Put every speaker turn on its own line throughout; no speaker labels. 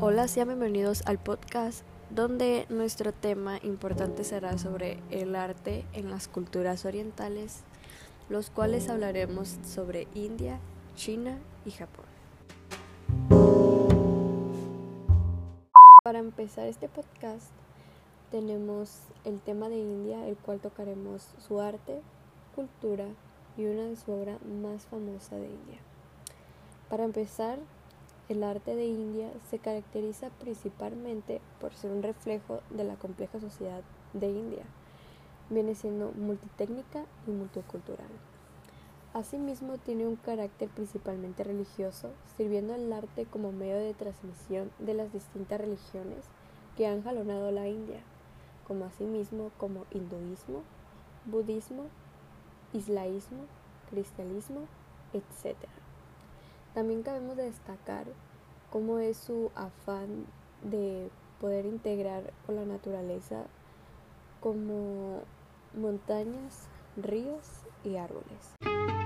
Hola, sean bienvenidos al podcast donde nuestro tema importante será sobre el arte en las culturas orientales, los cuales hablaremos sobre India, China y Japón. Para empezar este podcast tenemos el tema de India, el cual tocaremos su arte, cultura y una de sus obras más famosas de India. Para empezar, el arte de India se caracteriza principalmente por ser un reflejo de la compleja sociedad de India. Viene siendo multitécnica y multicultural. Asimismo, tiene un carácter principalmente religioso, sirviendo el arte como medio de transmisión de las distintas religiones que han jalonado la India, como hinduismo, budismo, islamismo, cristianismo, etc. También cabemos destacar cómo es su afán de poder integrar con la naturaleza como montañas, ríos y árboles.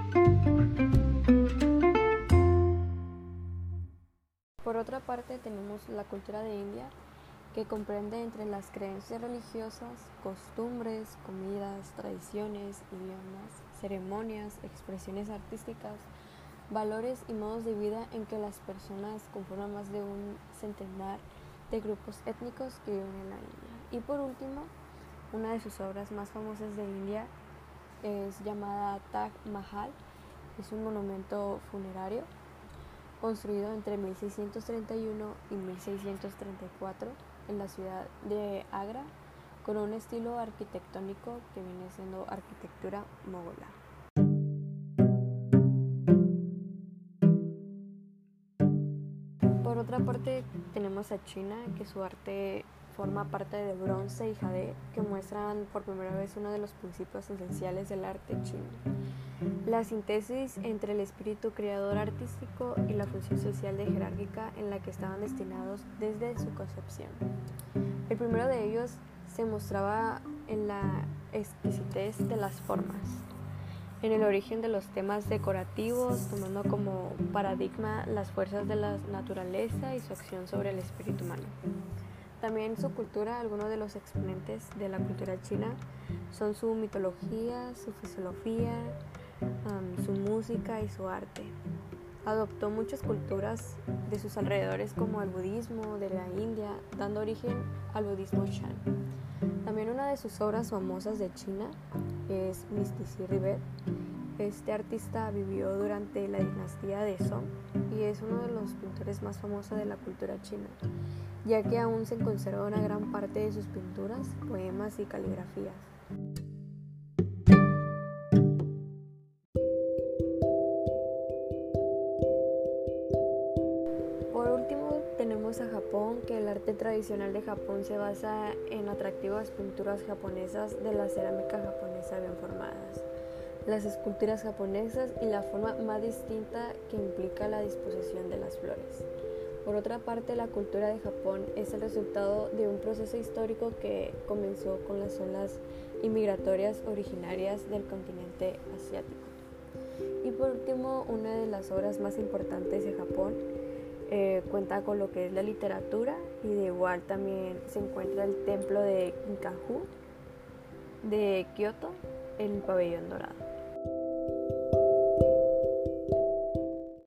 Por otra parte, tenemos la cultura de India, que comprende entre las creencias religiosas, costumbres, comidas, tradiciones, idiomas, ceremonias, expresiones artísticas, valores y modos de vida en que las personas conforman más de un centenar de grupos étnicos que viven en la India. Y por último, una de sus obras más famosas de India es llamada Taj Mahal. Es un monumento funerario construido entre 1631 y 1634 en la ciudad de Agra, con un estilo arquitectónico que viene siendo arquitectura mogola. Por otra parte, tenemos a China, que su arte forma parte de bronce y jade, que muestran por primera vez uno de los principios esenciales del arte chino: la síntesis entre el espíritu creador artístico y la función social de jerárquica en la que estaban destinados desde su concepción. El primero de ellos se mostraba en la exquisitez de las formas, en el origen de los temas decorativos, tomando como paradigma las fuerzas de la naturaleza y su acción sobre el espíritu humano. También su cultura, algunos de los exponentes de la cultura china son su mitología, su filosofía, su música y su arte. Adoptó muchas culturas de sus alrededores, como el budismo de la India, dando origen al budismo Shan. También una de sus obras famosas de China es Mistisi Rivet. Este artista vivió durante la dinastía de Song y es uno de los pintores más famosos de la cultura china, ya que aún se conserva una gran parte de sus pinturas, poemas y caligrafías. Por último, tenemos a Japón, que el arte tradicional de Japón se basa en atractivas pinturas japonesas de la cerámica japonesa bien formadas, las esculturas japonesas y la forma más distinta que implica la disposición de las flores. Por otra parte, la cultura de Japón es el resultado de un proceso histórico que comenzó con las olas inmigratorias originarias del continente asiático. Y por último, una de las obras más importantes de Japón cuenta con lo que es la literatura, y de igual también se encuentra el templo de Kinkaku de Kioto, el pabellón dorado.